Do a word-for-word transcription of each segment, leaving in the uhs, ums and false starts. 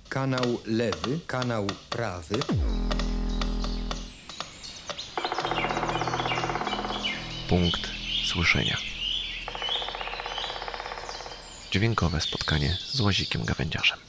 kanał lewy, kanał prawy. Punkt słyszenia. Dźwiękowe spotkanie z Łazikiem Gawędziarzem.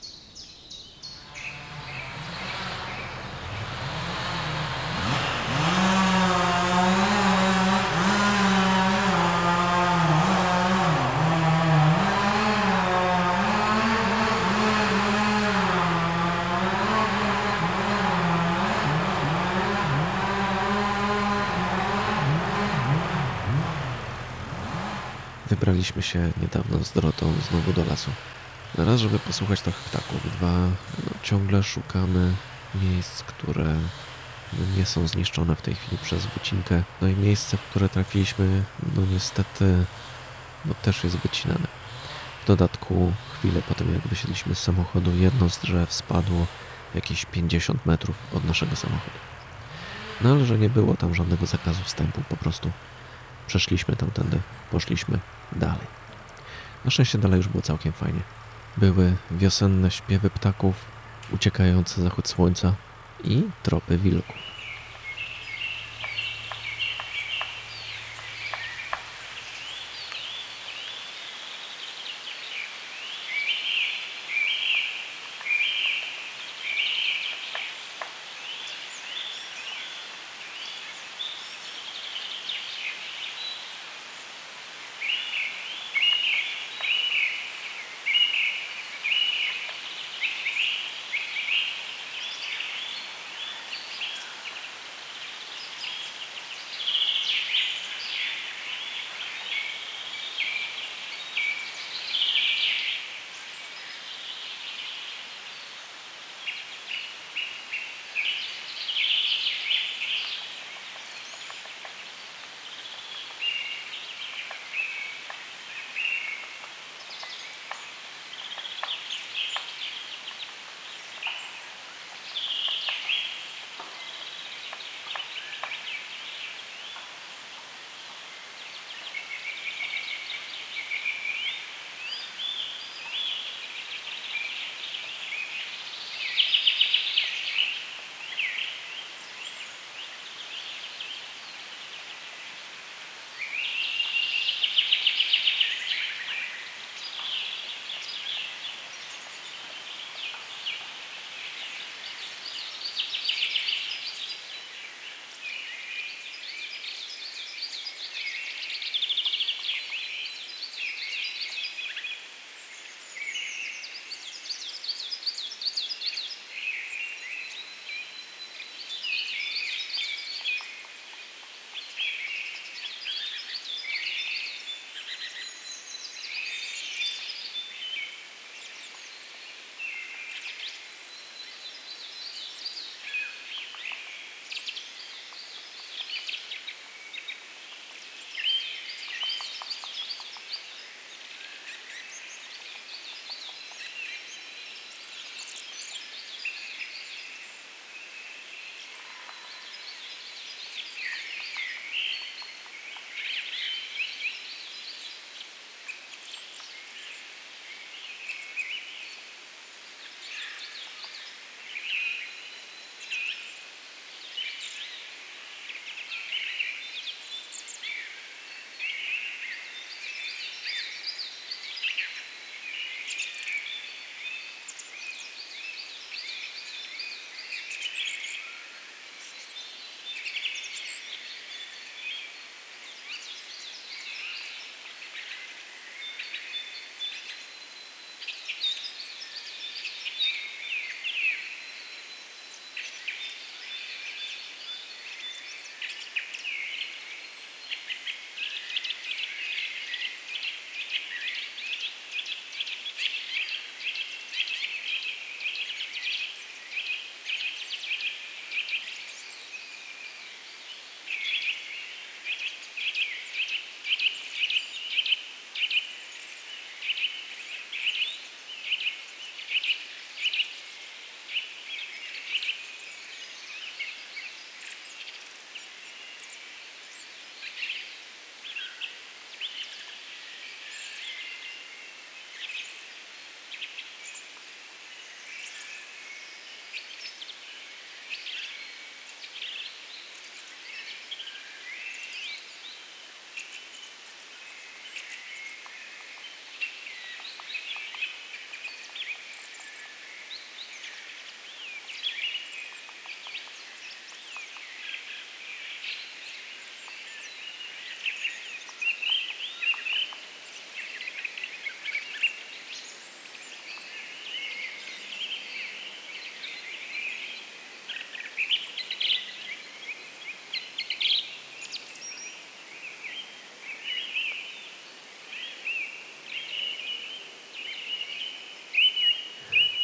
Wybraliśmy się niedawno z Dorotą znowu do lasu. Raz, żeby posłuchać trochę ptaków. Dwa, no, ciągle szukamy miejsc, które no, nie są zniszczone w tej chwili przez wycinkę. No i miejsce, w które trafiliśmy, no niestety, no też jest wycinane. W dodatku chwilę po tym, jak wysiedliśmy z samochodu, jedno z drzew spadło jakieś pięćdziesiąt metrów od naszego samochodu. No ale że nie było tam żadnego zakazu wstępu, po prostu przeszliśmy tamtędy, poszliśmy dalej. Na szczęście dalej już było całkiem fajnie. Były wiosenne śpiewy ptaków, uciekający zachód słońca i tropy wilków.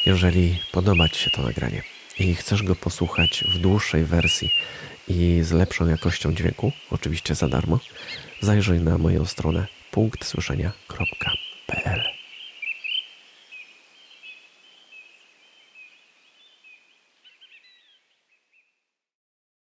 Jeżeli podoba Ci się to nagranie i chcesz go posłuchać w dłuższej wersji i z lepszą jakością dźwięku, oczywiście za darmo, zajrzyj na moją stronę punkt słyszenia kropka p l.